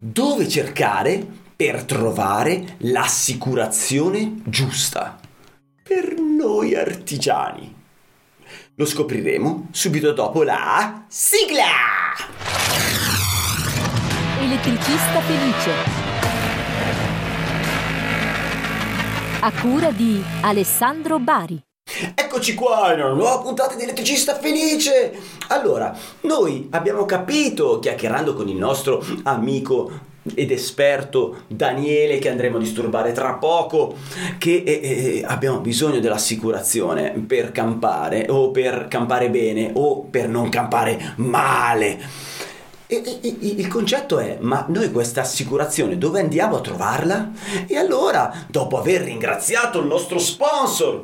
Dove cercare per trovare l'assicurazione giusta per noi artigiani? Lo scopriremo subito dopo la sigla! Elettricista felice, a cura di Alessandro Bari. Eccoci qua in una nuova puntata di Elettricista Felice. Allora, noi abbiamo capito, chiacchierando con il nostro amico ed esperto Daniele, che andremo a disturbare tra poco, che abbiamo bisogno dell'assicurazione per campare, o per campare bene o per non campare male. Il concetto è: ma noi questa assicurazione dove andiamo a trovarla? E allora, dopo aver ringraziato il nostro sponsor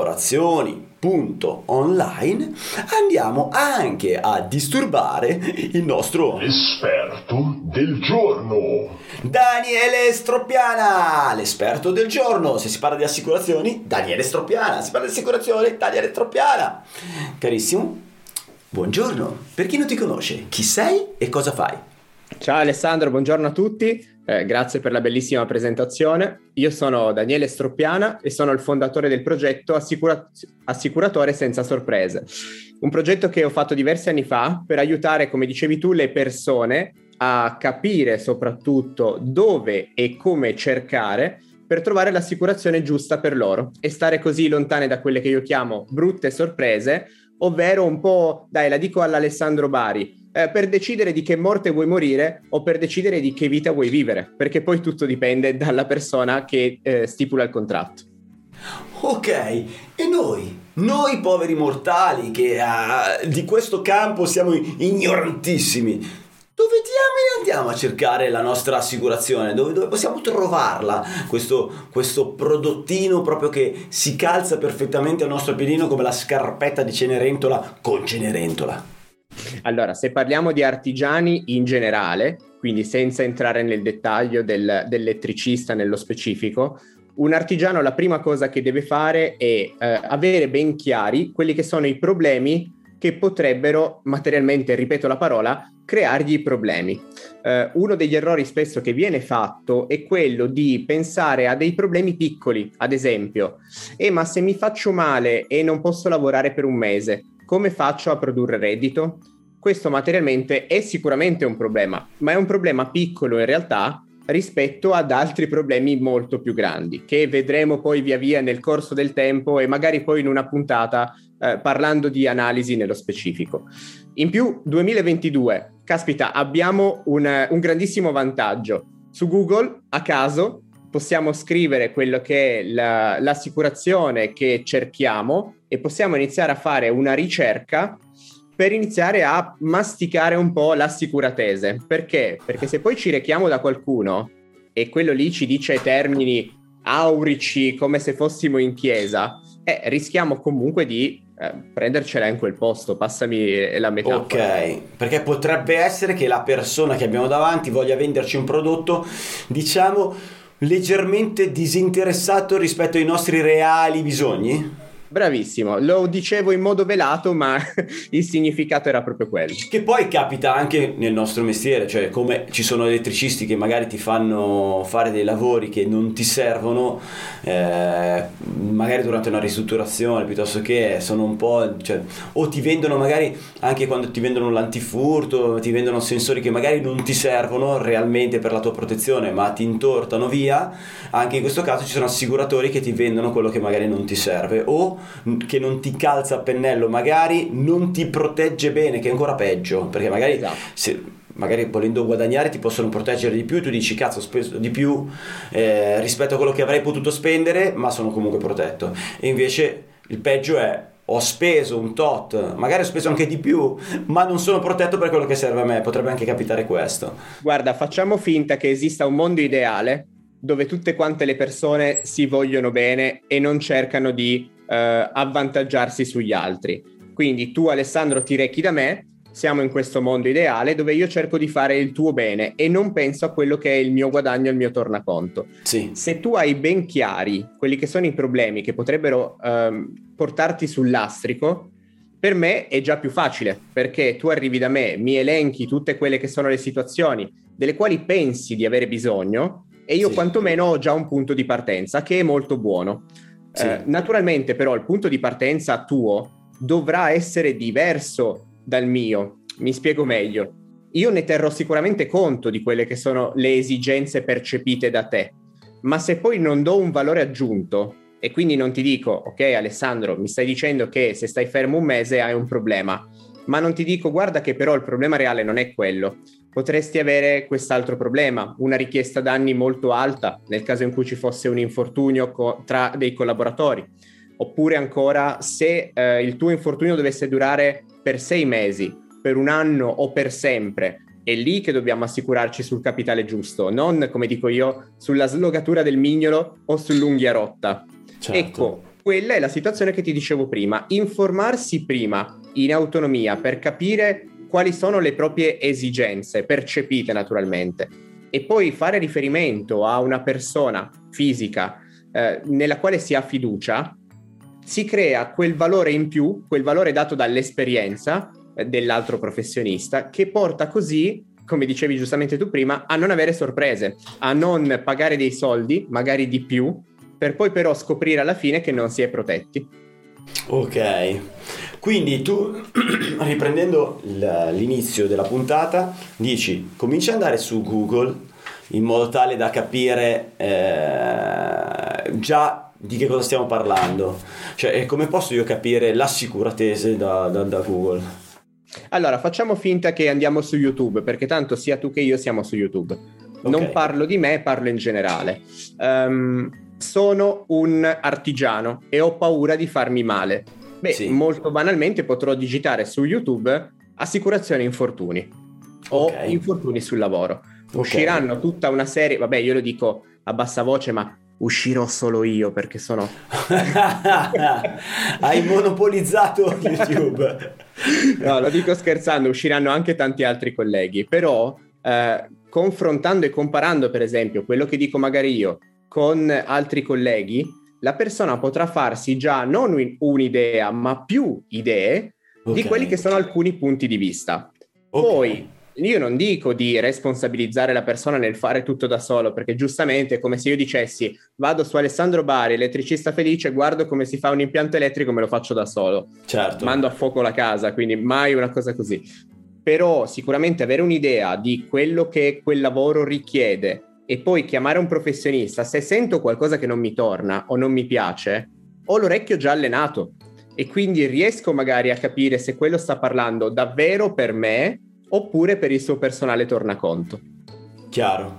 Collaborazioni.online, andiamo anche a disturbare il nostro esperto del giorno, Daniele Stroppiana. L'esperto del giorno. Se si parla di assicurazioni, Daniele Stroppiana. Se si parla di assicurazioni, Daniele Stroppiana. Carissimo, buongiorno. Per chi non ti conosce, chi sei e cosa fai? Ciao Alessandro, buongiorno a tutti, grazie per la bellissima presentazione. Io sono Daniele Stroppiana e sono il fondatore del progetto Assicuratore Senza Sorprese, un progetto che ho fatto diversi anni fa per aiutare, come dicevi tu, le persone a capire soprattutto dove e come cercare per trovare l'assicurazione giusta per loro e stare così lontane da quelle che io chiamo brutte sorprese, ovvero un po', dai, la dico all'Alessandro Bari, per decidere di che morte vuoi morire o per decidere di che vita vuoi vivere, perché poi tutto dipende dalla persona che stipula il contratto. Ok, e noi poveri mortali che di questo campo siamo ignorantissimi, dove diamine andiamo a cercare la nostra assicurazione? Dove possiamo trovarla? Questo prodottino proprio che si calza perfettamente al nostro piedino come la scarpetta di Cenerentola con Cenerentola. Allora, se parliamo di artigiani in generale, quindi senza entrare nel dettaglio dell'elettricista nello specifico, un artigiano la prima cosa che deve fare è avere ben chiari quelli che sono i problemi che potrebbero materialmente, ripeto la parola, creargli problemi. Uno degli errori spesso che viene fatto è quello di pensare a dei problemi piccoli, ad esempio, ma se mi faccio male e non posso lavorare per un mese, come faccio a produrre reddito? Questo materialmente è sicuramente un problema, ma è un problema piccolo in realtà rispetto ad altri problemi molto più grandi, che vedremo poi via via nel corso del tempo e magari poi in una puntata parlando di analisi nello specifico. In più, 2022, caspita, abbiamo un grandissimo vantaggio. Su Google, a caso, possiamo scrivere quello che è l'assicurazione che cerchiamo e possiamo iniziare a fare una ricerca per iniziare a masticare un po' l'assicuratese. Perché? Perché se poi ci rechiamo da qualcuno e quello lì ci dice termini aurici come se fossimo in chiesa, rischiamo comunque di prendercela in quel posto, passami la metafora. Ok, perché potrebbe essere che la persona che abbiamo davanti voglia venderci un prodotto, diciamo, leggermente disinteressato rispetto ai nostri reali bisogni? Bravissimo, lo dicevo in modo velato, ma il significato era proprio quello. Che poi capita anche nel nostro mestiere, cioè come ci sono elettricisti che magari ti fanno fare dei lavori che non ti servono, magari durante una ristrutturazione, piuttosto che sono un po', cioè, o ti vendono magari anche quando ti vendono l'antifurto, ti vendono sensori che magari non ti servono realmente per la tua protezione, ma ti intortano via. Anche in questo caso ci sono assicuratori che ti vendono quello che magari non ti serve, o che non ti calza a pennello, magari non ti protegge bene, che è ancora peggio, perché magari magari volendo guadagnare ti possono proteggere di più, tu dici cazzo ho speso di più rispetto a quello che avrei potuto spendere, ma sono comunque protetto. E invece il peggio è: ho speso un tot, magari ho speso anche di più, ma non sono protetto per quello che serve a me. Potrebbe anche capitare questo. Guarda, facciamo finta che esista un mondo ideale dove tutte quante le persone si vogliono bene e non cercano di avvantaggiarsi sugli altri. Quindi tu, Alessandro, ti rechi da me, siamo in questo mondo ideale dove io cerco di fare il tuo bene e non penso a quello che è il mio guadagno, il mio tornaconto. Sì. Se tu hai ben chiari quelli che sono i problemi che potrebbero portarti sul lastrico, per me è già più facile, perché tu arrivi da me, mi elenchi tutte quelle che sono le situazioni delle quali pensi di avere bisogno, e io quantomeno ho già un punto di partenza che è molto buono. Naturalmente però il punto di partenza tuo dovrà essere diverso dal mio. Mi spiego meglio. Io ne terrò sicuramente conto di quelle che sono le esigenze percepite da te, ma se poi non do un valore aggiunto e quindi non ti dico ok Alessandro, mi stai dicendo che se stai fermo un mese hai un problema, ma non ti dico guarda che però il problema reale non è quello, potresti avere quest'altro problema, una richiesta danni molto alta nel caso in cui ci fosse un infortunio tra dei collaboratori, oppure ancora se il tuo infortunio dovesse durare per 6 mesi, per un anno o per sempre, è lì che dobbiamo assicurarci sul capitale giusto, non, come dico io, sulla slogatura del mignolo o sull'unghia rotta. Certo. Ecco, quella è la situazione che ti dicevo prima, informarsi prima in autonomia per capire quali sono le proprie esigenze, percepite naturalmente, e poi fare riferimento a una persona fisica nella quale si ha fiducia, si crea quel valore in più, quel valore dato dall'esperienza dell'altro professionista, che porta così, come dicevi giustamente tu prima, a non avere sorprese, a non pagare dei soldi, magari di più, per poi però scoprire alla fine che non si è protetti. Ok, quindi tu, riprendendo l'inizio della puntata, dici comincia ad andare su Google in modo tale da capire già di che cosa stiamo parlando, cioè come posso io capire l'assicuratese da Google? Allora, facciamo finta che andiamo su YouTube, perché tanto sia tu che io siamo su YouTube. Okay. Non parlo di me, parlo in generale. Sono un artigiano e ho paura di farmi male. Molto banalmente potrò digitare su YouTube assicurazione infortuni o infortuni sul lavoro. Usciranno tutta una serie, vabbè io lo dico a bassa voce, ma uscirò solo io perché sono... Hai monopolizzato YouTube. No, lo dico scherzando, usciranno anche tanti altri colleghi, però confrontando e comparando per esempio quello che dico magari io con altri colleghi, la persona potrà farsi già non un'idea ma più idee di quelli che sono alcuni punti di vista. Poi io non dico di responsabilizzare la persona nel fare tutto da solo, perché giustamente è come se io dicessi vado su Alessandro Bari, elettricista felice, guardo come si fa un impianto elettrico, me lo faccio da solo. Certo. Mando a fuoco la casa, quindi mai una cosa così. Però sicuramente avere un'idea di quello che quel lavoro richiede e poi chiamare un professionista, se sento qualcosa che non mi torna o non mi piace, ho l'orecchio già allenato e quindi riesco magari a capire se quello sta parlando davvero per me oppure per il suo personale tornaconto. Chiaro,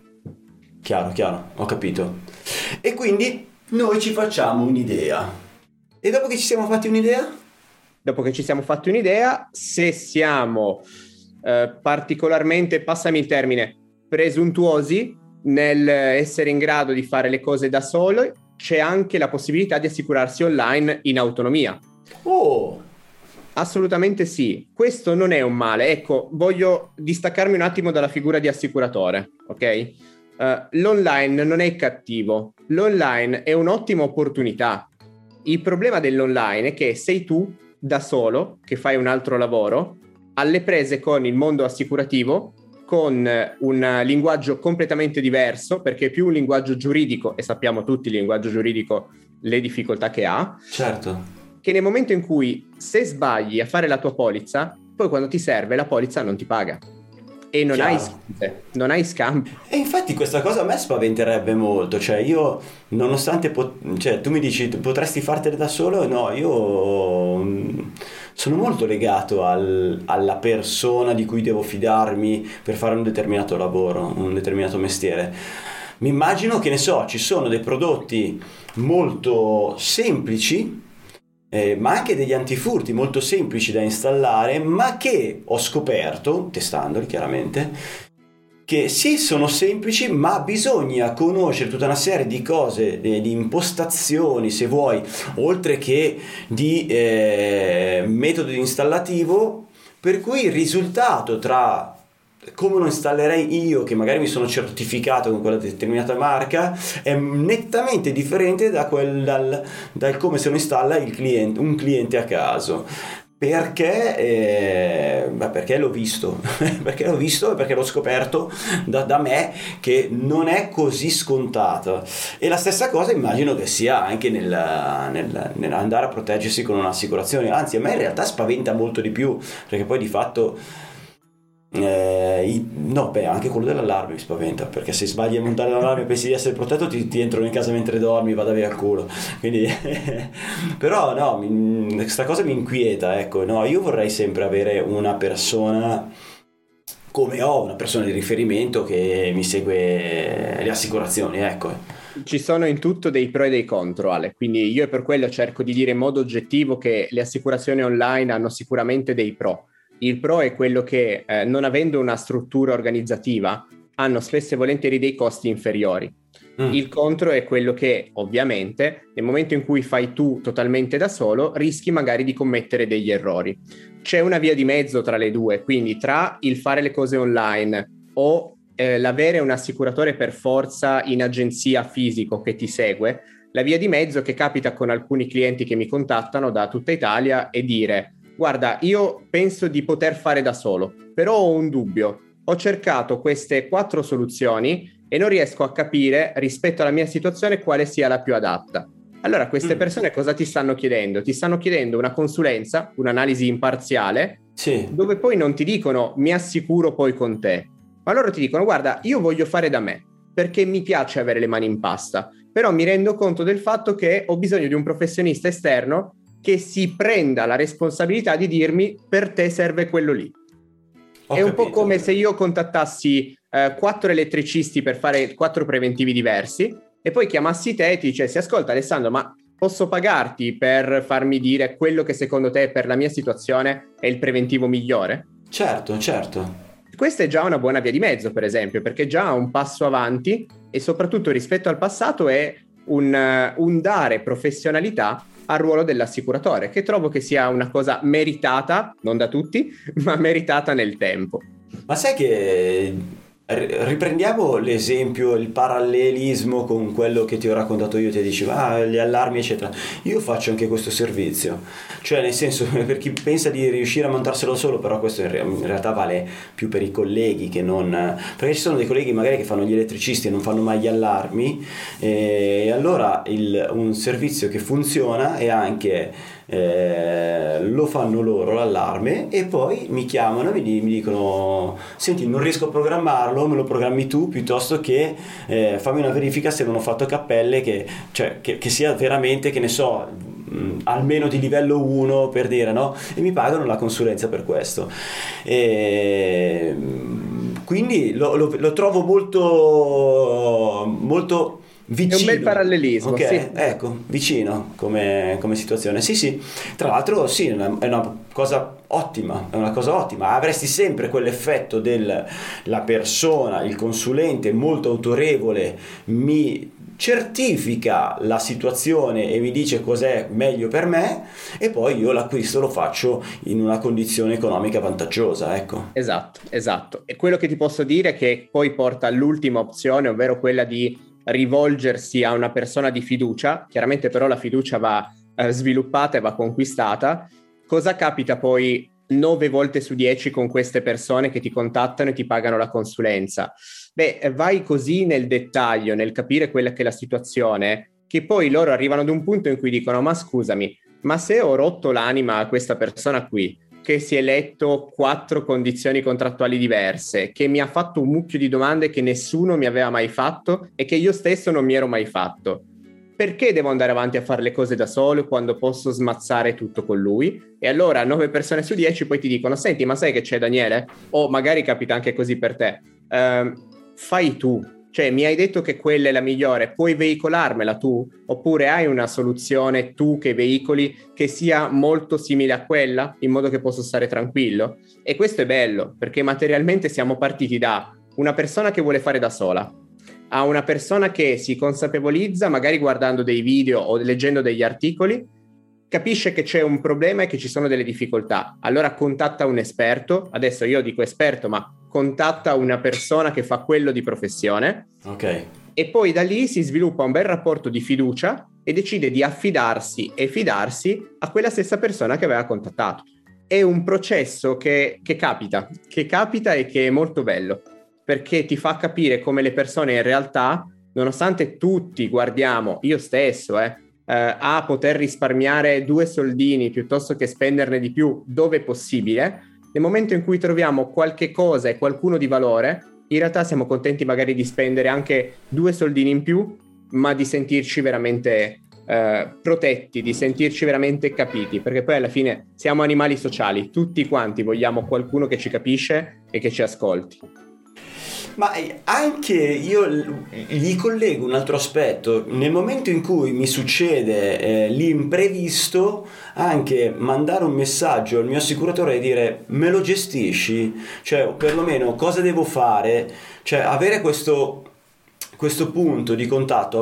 ho capito. E quindi noi ci facciamo un'idea. E dopo che ci siamo fatti un'idea? Dopo che ci siamo fatti un'idea, se siamo particolarmente, passami il termine, presuntuosi nel essere in grado di fare le cose da solo, c'è anche la possibilità di assicurarsi online in autonomia. Oh! Assolutamente sì, questo non è un male. Ecco, voglio distaccarmi un attimo dalla figura di assicuratore, ok? L'online non è cattivo, l'online è un'ottima opportunità. Il problema dell'online è che sei tu da solo, che fai un altro lavoro, alle prese con il mondo assicurativo, con un linguaggio completamente diverso, perché è più un linguaggio giuridico, e sappiamo tutti il linguaggio giuridico, le difficoltà che ha. Certo. Che nel momento in cui se sbagli a fare la tua polizza, poi quando ti serve la polizza non ti paga e non hai scuse, non hai scampo. E infatti questa cosa a me spaventerebbe molto, cioè io nonostante cioè tu mi dici potresti fartele da solo, no, io sono molto legato alla persona di cui devo fidarmi per fare un determinato lavoro, un determinato mestiere. Mi immagino che ne so, ci sono dei prodotti molto semplici, ma anche degli antifurti molto semplici da installare, ma che ho scoperto, testandoli chiaramente, che sì, sono semplici, ma bisogna conoscere tutta una serie di cose, di impostazioni, se vuoi, oltre che di metodo installativo, per cui il risultato tra come lo installerei io, che magari mi sono certificato con quella determinata marca, è nettamente differente dal come se lo installa un cliente a caso. Perché l'ho visto, perché l'ho visto e perché l'ho scoperto da me che non è così scontato. E la stessa cosa immagino che sia anche nell'andare a proteggersi con un'assicurazione, anzi a me in realtà spaventa molto di più, perché poi di fatto anche quello dell'allarme mi spaventa, perché se sbagli a montare l'allarme e pensi di essere protetto ti entrano in casa mentre dormi, vada via il culo, quindi però no, questa cosa mi inquieta, ecco. No, io vorrei sempre avere una persona, come ho una persona di riferimento che mi segue le assicurazioni, ecco. Ci sono in tutto dei pro e dei contro, Ale, quindi io per quello cerco di dire in modo oggettivo che le assicurazioni online hanno sicuramente dei pro. Il pro è quello che, non avendo una struttura organizzativa, hanno spesso e volentieri dei costi inferiori. Il contro è quello che, ovviamente, nel momento in cui fai tu totalmente da solo, rischi magari di commettere degli errori. C'è una via di mezzo tra le due, quindi tra il fare le cose online o l'avere un assicuratore per forza in agenzia fisico che ti segue, la via di mezzo che capita con alcuni clienti che mi contattano da tutta Italia è dire: guarda, io penso di poter fare da solo, però ho un dubbio. Ho cercato queste 4 soluzioni e non riesco a capire rispetto alla mia situazione quale sia la più adatta. Allora queste persone cosa ti stanno chiedendo? Ti stanno chiedendo una consulenza, un'analisi imparziale, Sì. dove poi non ti dicono mi assicuro poi con te, ma loro ti dicono: guarda, io voglio fare da me perché mi piace avere le mani in pasta, però mi rendo conto del fatto che ho bisogno di un professionista esterno che si prenda la responsabilità di dirmi per te serve quello lì. È un po' come se io contattassi 4 elettricisti per fare 4 preventivi diversi e poi chiamassi te e ti dicessi: ascolta Alessandro, ma posso pagarti per farmi dire quello che secondo te per la mia situazione è il preventivo migliore? Certo. Questa è già una buona via di mezzo, per esempio, perché già un passo avanti e soprattutto rispetto al passato è un dare professionalità al ruolo dell'assicuratore, che trovo che sia una cosa meritata, non da tutti, ma meritata nel tempo. Ma sai che riprendiamo l'esempio, il parallelismo con quello che ti ho raccontato io, ti dicevo gli allarmi eccetera. Io faccio anche questo servizio, cioè nel senso, per chi pensa di riuscire a montarselo solo, però questo in realtà vale più per i colleghi che non, perché ci sono dei colleghi magari che fanno gli elettricisti e non fanno mai gli allarmi, e allora un servizio che funziona è anche lo fanno loro l'allarme e poi mi chiamano e mi dicono: senti, non riesco a programmarlo, me lo programmi tu, piuttosto che fammi una verifica se non ho fatto cappelle che sia veramente, che ne so, almeno di livello 1, per dire, no? E mi pagano la consulenza per questo. Quindi lo trovo molto vicino. È un bel parallelismo, okay, sì. Ecco, vicino come situazione. Sì. Tra l'altro sì, è una cosa ottima, avresti sempre quell'effetto la persona, il consulente molto autorevole mi certifica la situazione e mi dice cos'è meglio per me, e poi io l'acquisto lo faccio in una condizione economica vantaggiosa, ecco. Esatto. E quello che ti posso dire è che poi porta all'ultima opzione, ovvero quella di rivolgersi a una persona di fiducia. Chiaramente però la fiducia va sviluppata e va conquistata. Cosa capita poi 9 volte su 10 con queste persone che ti contattano e ti pagano la consulenza? Beh, vai così nel dettaglio, nel capire quella che è la situazione, che poi loro arrivano ad un punto in cui dicono: ma scusami, ma se ho rotto l'anima a questa persona qui, che si è letto 4 condizioni contrattuali diverse, che mi ha fatto un mucchio di domande che nessuno mi aveva mai fatto e che io stesso non mi ero mai fatto, perché devo andare avanti a fare le cose da solo quando posso smazzare tutto con lui? E allora 9 persone su 10 poi ti dicono: senti, ma sai che c'è, Daniele? O magari capita anche così per te, fai tu, cioè mi hai detto che quella è la migliore, puoi veicolarmela tu? Oppure hai una soluzione tu che veicoli che sia molto simile a quella, in modo che posso stare tranquillo? E questo è bello, perché materialmente siamo partiti da una persona che vuole fare da sola a una persona che si consapevolizza, magari guardando dei video o leggendo degli articoli, capisce che c'è un problema e che ci sono delle difficoltà, allora contatta un esperto. Adesso io dico esperto, ma contatta una persona che fa quello di professione. Ok. E poi da lì si sviluppa un bel rapporto di fiducia e decide di affidarsi e fidarsi a quella stessa persona che aveva contattato. è un processo che capita e che è molto bello, perché ti fa capire come le persone in realtà, nonostante tutti guardiamo, io stesso, a poter risparmiare 2 soldini piuttosto che spenderne di più dove possibile, nel momento in cui troviamo qualche cosa e qualcuno di valore, in realtà siamo contenti magari di spendere anche 2 soldini in più, ma di sentirci veramente protetti, di sentirci veramente capiti, perché poi alla fine siamo animali sociali, tutti quanti vogliamo qualcuno che ci capisce e che ci ascolti. Ma anche io gli collego un altro aspetto: nel momento in cui mi succede l'imprevisto, anche mandare un messaggio al mio assicuratore e dire me lo gestisci, cioè perlomeno cosa devo fare, cioè avere questo punto di contatto a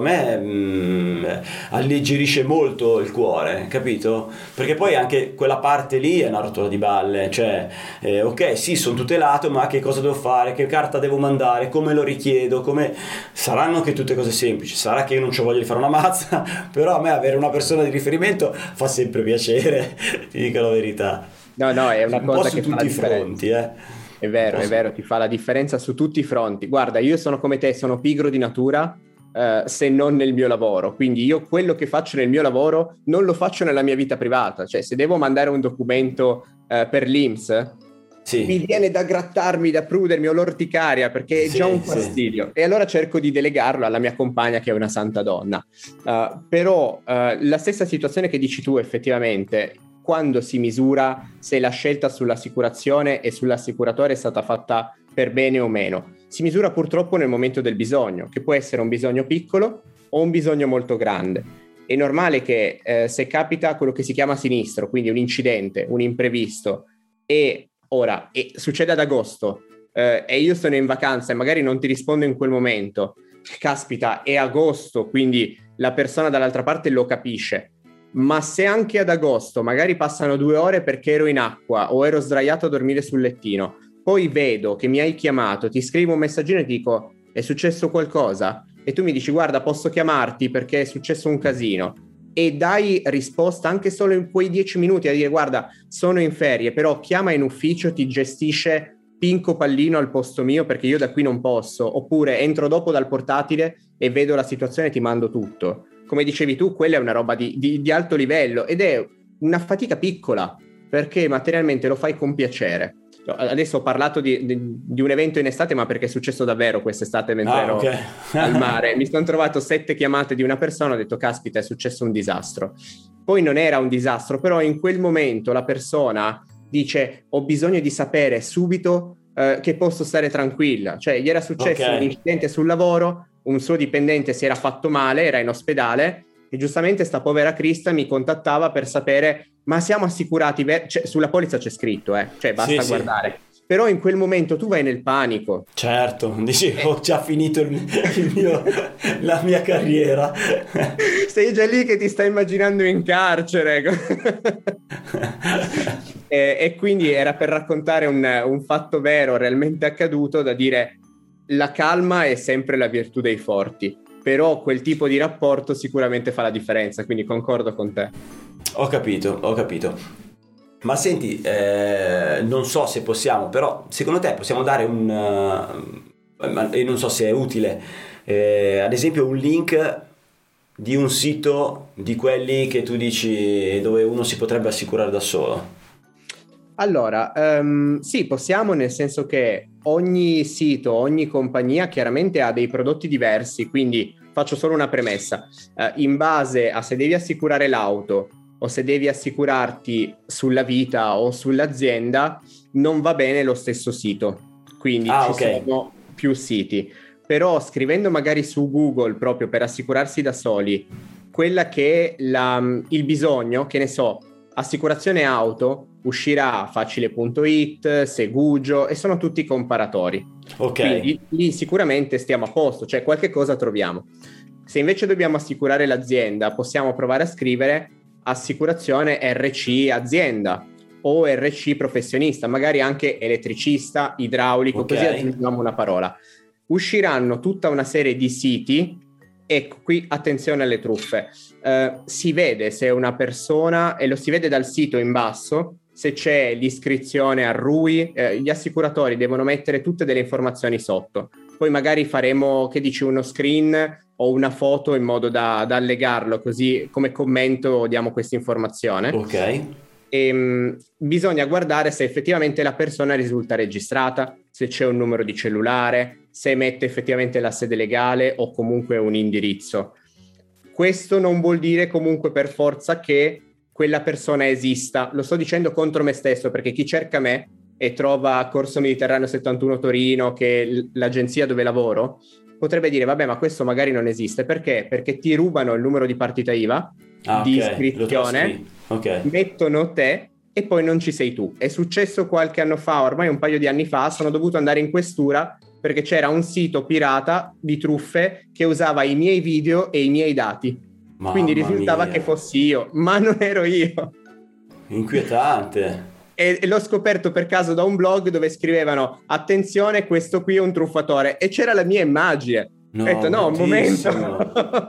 me alleggerisce molto il cuore, capito? Perché poi anche quella parte lì è una rottura di balle, cioè ok, sì, sono tutelato, ma che cosa devo fare, che carta devo mandare, come lo richiedo, come... Saranno anche tutte cose semplici, sarà che io non c'ho voglia di fare una mazza, però a me avere una persona di riferimento fa sempre piacere, ti dico la verità. No, è una cosa su che fa la tutti i differenza. fronti, È vero, ti fa la differenza su tutti i fronti. Guarda, io sono come te, sono pigro di natura, se non nel mio lavoro. Quindi io quello che faccio nel mio lavoro non lo faccio nella mia vita privata. Cioè, se devo mandare un documento per l'INPS, Sì. mi viene da grattarmi, da prudermi, ho l'orticaria, perché è già un fastidio. E allora cerco di delegarlo alla mia compagna, che è una santa donna. Però la stessa situazione che dici tu, effettivamente, quando si misura se la scelta sull'assicurazione e sull'assicuratore è stata fatta per bene o meno. Si misura purtroppo nel momento del bisogno, che può essere un bisogno piccolo o un bisogno molto grande. È normale che se capita quello che si chiama sinistro, quindi un incidente, un imprevisto, e succede ad agosto e io sono in vacanza e magari non ti rispondo in quel momento, caspita, è agosto, quindi la persona dall'altra parte lo capisce. Ma se anche ad agosto magari passano 2 ore perché ero in acqua o ero sdraiato a dormire sul lettino, poi vedo che mi hai chiamato, ti scrivo un messaggino e ti dico è successo qualcosa? E tu mi dici guarda, posso chiamarti perché è successo un casino, e dai risposta anche solo in quei 10 minuti a dire guarda, sono in ferie, però chiama in ufficio, ti gestisce Pinco Pallino al posto mio perché io da qui non posso, oppure entro dopo dal portatile e vedo la situazione e ti mando tutto. Come dicevi tu, quella è una roba di alto livello ed è una fatica piccola, perché materialmente lo fai con piacere. Adesso ho parlato di un evento in estate, ma perché è successo davvero quest'estate mentre ero al mare. Mi sono trovato 7 chiamate di una persona, ho detto caspita, è successo un disastro. Poi non era un disastro, però in quel momento la persona dice ho bisogno di sapere subito che posso stare tranquilla. Cioè gli era successo un incidente sul lavoro, un suo dipendente si era fatto male, era in ospedale e giustamente sta povera Crista mi contattava per sapere ma siamo assicurati? Cioè, sulla polizza c'è scritto, cioè basta guardare. Sì. Però in quel momento tu vai nel panico. Certo, dici ho già finito la mia carriera. Sei già lì che ti stai immaginando in carcere. E quindi era per raccontare un fatto vero, realmente accaduto, da dire la calma è sempre la virtù dei forti, però quel tipo di rapporto sicuramente fa la differenza, quindi concordo con te. Ho capito. Ma senti, non so se possiamo, però secondo te possiamo dare non so se è utile, ad esempio un link di un sito di quelli che tu dici dove uno si potrebbe assicurare da solo? Allora, sì, possiamo, nel senso che ogni sito, ogni compagnia chiaramente ha dei prodotti diversi, quindi faccio solo una premessa. In base a se devi assicurare l'auto o se devi assicurarti sulla vita o sull'azienda, non va bene lo stesso sito. Quindi sono più siti. Però scrivendo magari su Google proprio per assicurarsi da soli, quella che è il bisogno, che ne so, assicurazione auto, uscirà facile.it, Segugio, e sono tutti comparatori. Quindi lì sicuramente stiamo a posto, cioè qualche cosa troviamo. Se invece dobbiamo assicurare l'azienda, possiamo provare a scrivere assicurazione RC azienda o RC professionista, magari anche elettricista, idraulico, così aggiungiamo una parola. Usciranno tutta una serie di siti. Ecco, qui attenzione alle truffe. Si vede se una persona, e lo si vede dal sito in basso, se c'è l'iscrizione al RUI, gli assicuratori devono mettere tutte delle informazioni sotto. Poi magari faremo, che dici, uno screen o una foto in modo da allegarlo, così come commento diamo questa informazione. Ok. Bisogna guardare se effettivamente la persona risulta registrata, se c'è un numero di cellulare, se emette effettivamente la sede legale o comunque un indirizzo. Questo non vuol dire comunque per forza che quella persona esista. Lo sto dicendo contro me stesso, perché chi cerca me e trova Corso Mediterraneo 71 Torino, che è l'agenzia dove lavoro, potrebbe dire vabbè, ma questo magari non esiste. Perché? Perché ti rubano il numero di partita IVA, di iscrizione, mettono te e poi non ci sei tu. È successo qualche anno fa, ormai un paio di anni fa, sono dovuto andare in questura perché c'era un sito pirata di truffe che usava i miei video e i miei dati. Mamma Quindi risultava mia. che fossi io, ma non ero io. Inquietante. E l'ho scoperto per caso da un blog dove scrivevano attenzione, questo qui è un truffatore, e c'era la mia immagine. No, ho detto no, un momento.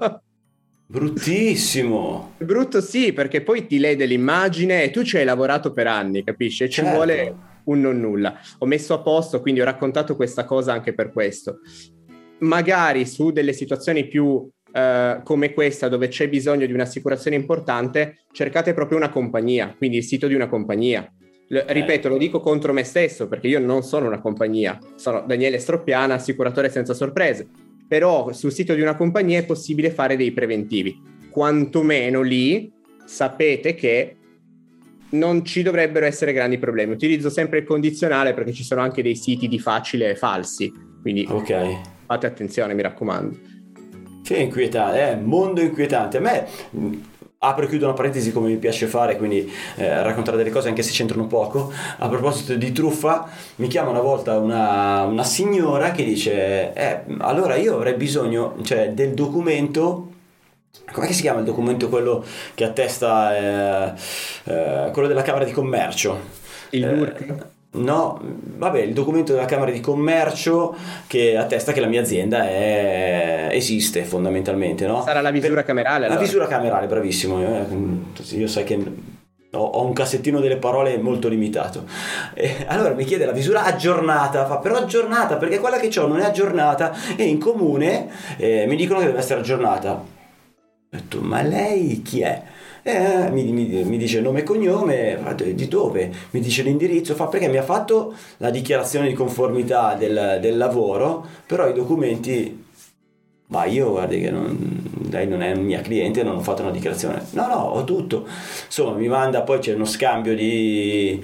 Bruttissimo. Brutto sì, perché poi ti lede l'immagine e tu ci hai lavorato per anni, capisci? E ci Certo. vuole un non nulla. Ho messo a posto, quindi ho raccontato questa cosa anche per questo. Magari su delle situazioni più come questa, dove c'è bisogno di un'assicurazione importante, cercate proprio una compagnia, quindi il sito di una compagnia. Ripeto, lo dico contro me stesso, perché io non sono una compagnia, sono Daniele Stroppiana, assicuratore senza sorprese, però sul sito di una compagnia è possibile fare dei preventivi. Quantomeno lì sapete che non ci dovrebbero essere grandi problemi. Utilizzo sempre il condizionale perché ci sono anche dei siti di facile falsi, quindi fate attenzione, mi raccomando. Che inquietante, mondo inquietante. A me, apro e chiudo una parentesi come mi piace fare, quindi raccontare delle cose anche se c'entrano poco. A proposito di truffa, mi chiama una volta una signora che dice allora io avrei bisogno, cioè, del documento. Com'è che si chiama il documento, quello che attesta quello della Camera di Commercio? Il DURC? No, vabbè, il documento della Camera di Commercio che attesta che la mia azienda esiste fondamentalmente, no? Sarà la visura camerale, allora. La visura camerale, bravissimo. Io sai che ho un cassettino delle parole molto limitato. Allora mi chiede la visura aggiornata, però aggiornata perché quella che ho non è aggiornata e in comune mi dicono che deve essere aggiornata. Ho detto, ma lei chi è? Mi dice nome e cognome, di dove? Mi dice l'indirizzo, perché mi ha fatto la dichiarazione di conformità del lavoro, però i documenti, ma io guardi che lei non è mia cliente, non ho fatto una dichiarazione. No, ho tutto. Insomma, mi manda, poi c'è uno scambio di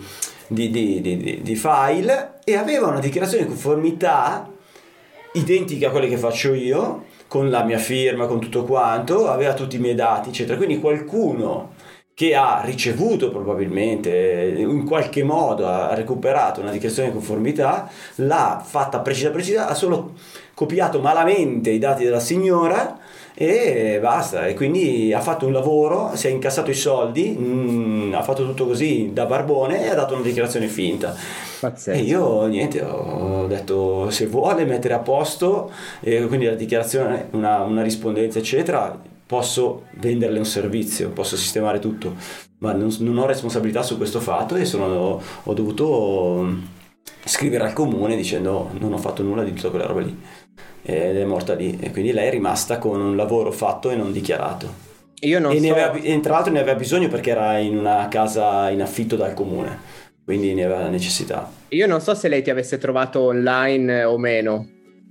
file e aveva una dichiarazione di conformità identica a quelle che faccio io, con la mia firma, con tutto quanto, aveva tutti i miei dati, eccetera. Quindi qualcuno che ha ricevuto probabilmente, in qualche modo ha recuperato una dichiarazione di conformità, l'ha fatta precisa, ha solo copiato malamente i dati della signora e basta, e quindi ha fatto un lavoro, si è incassato i soldi, ha fatto tutto così da barbone e ha dato una dichiarazione finta. Pazzesco. E io niente, ho detto se vuole mettere a posto quindi la dichiarazione, una rispondenza eccetera, posso venderle un servizio, posso sistemare tutto, ma non ho responsabilità su questo fatto e ho dovuto scrivere al comune dicendo non ho fatto nulla di tutta quella roba lì ed è morta lì, e quindi lei è rimasta con un lavoro fatto e non dichiarato. Io non so... e tra l'altro ne aveva bisogno perché era in una casa in affitto dal comune, quindi ne aveva necessità. Io non so se lei ti avesse trovato online o meno.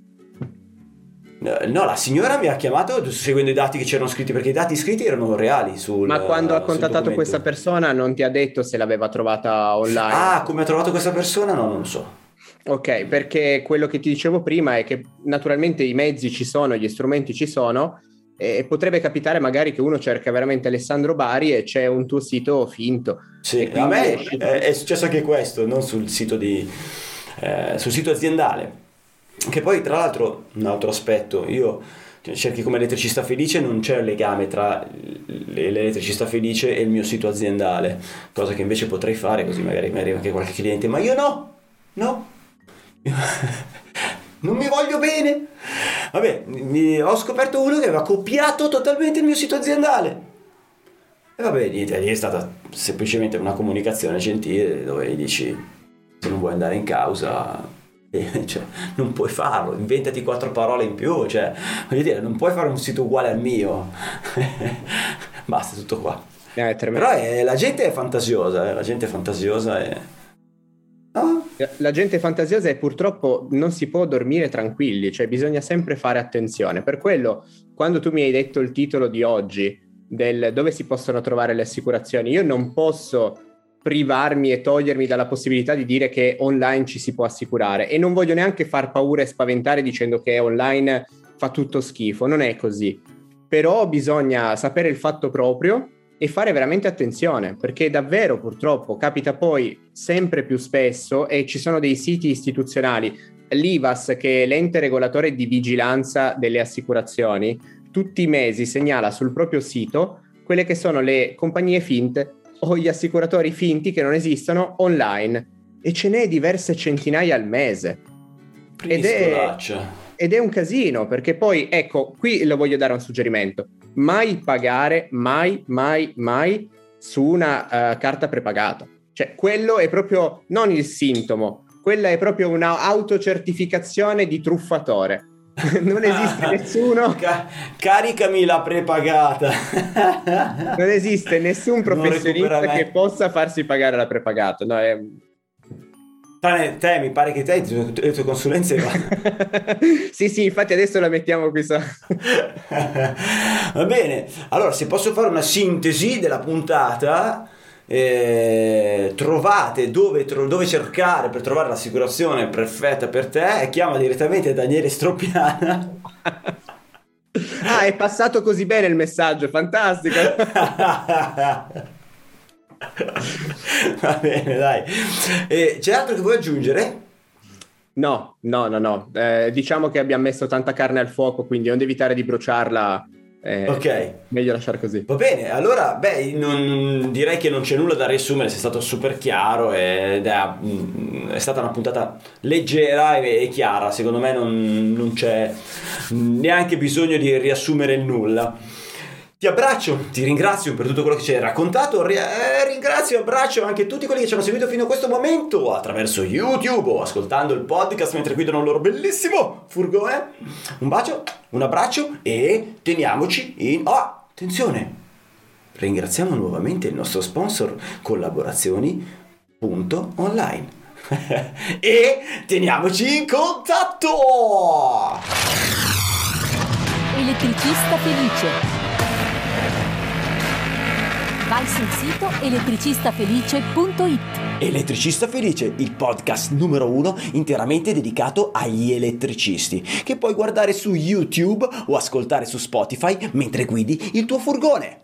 No, la signora mi ha chiamato seguendo i dati che c'erano scritti, perché i dati scritti erano reali ma quando ha contattato questa persona non ti ha detto se l'aveva trovata online? Ah, come ha trovato questa persona? No, non lo so. Ok, perché quello che ti dicevo prima è che naturalmente i mezzi ci sono, gli strumenti ci sono, e potrebbe capitare magari che uno cerca veramente Alessandro Bari e c'è un tuo sito finto. Sì, a me è successo anche questo, non sul sito sul sito aziendale, che poi tra l'altro un altro aspetto, io cerchi come elettricista felice, non c'è legame tra l'elettricista felice e il mio sito aziendale, cosa che invece potrei fare, così magari mi arriva anche qualche cliente, ma io no non mi voglio bene. Vabbè, ho scoperto uno che aveva copiato totalmente il mio sito aziendale. E vabbè, niente, lì è stata semplicemente una comunicazione gentile dove gli dici: se non vuoi andare in causa, cioè, non puoi farlo, inventati 4 parole in più, cioè, voglio dire, non puoi fare un sito uguale al mio. Basta, tutto qua. Però la gente è fantasiosa, la gente è fantasiosa e... No? La gente è fantasiosa e purtroppo non si può dormire tranquilli, cioè bisogna sempre fare attenzione. Per quello, quando tu mi hai detto il titolo di oggi, del dove si possono trovare le assicurazioni, io non posso privarmi e togliermi dalla possibilità di dire che online ci si può assicurare, e non voglio neanche far paura e spaventare dicendo che online fa tutto schifo, non è così. Però bisogna sapere il fatto proprio e fare veramente attenzione, perché davvero purtroppo capita poi sempre più spesso, e ci sono dei siti istituzionali, l'IVAS, che è l'ente regolatore di vigilanza delle assicurazioni, tutti i mesi segnala sul proprio sito quelle che sono le compagnie finte o gli assicuratori finti che non esistono online, e ce n'è diverse centinaia al mese. Ed è un casino, perché poi, ecco, qui lo voglio dare un suggerimento: mai pagare, mai su una carta prepagata. Cioè, quello è proprio non il sintomo, quella è proprio una autocertificazione di truffatore. Non esiste nessuno. Caricami la prepagata. Non esiste nessun professionista che possa farsi pagare la prepagata. No, è... Te, mi pare che te le tue consulenze sì, infatti adesso la mettiamo qui Va bene, allora, se posso fare una sintesi della puntata, trovate dove cercare per trovare l'assicurazione perfetta per te, e chiama direttamente Daniele Stropiana. È passato così bene il messaggio, fantastico. Va bene, dai. C'è altro che vuoi aggiungere? No. Diciamo che abbiamo messo tanta carne al fuoco, quindi onde evitare di bruciarla, ok, meglio lasciare così. Va bene, allora, direi che non c'è nulla da riassumere, sei stato super chiaro ed è stata una puntata leggera e chiara. Secondo me non c'è neanche bisogno di riassumere nulla. Ti abbraccio, ti ringrazio per tutto quello che ci hai raccontato, ringrazio e abbraccio anche tutti quelli che ci hanno seguito fino a questo momento attraverso YouTube o ascoltando il podcast mentre guidano il loro bellissimo furgone. Un bacio, un abbraccio e teniamoci in... attenzione! Ringraziamo nuovamente il nostro sponsor collaborazioni.online e teniamoci in contatto! Elettricista felice. Vai sul sito elettricistafelice.it. Elettricista Felice, il podcast numero 1 interamente dedicato agli elettricisti, che puoi guardare su YouTube o ascoltare su Spotify mentre guidi il tuo furgone.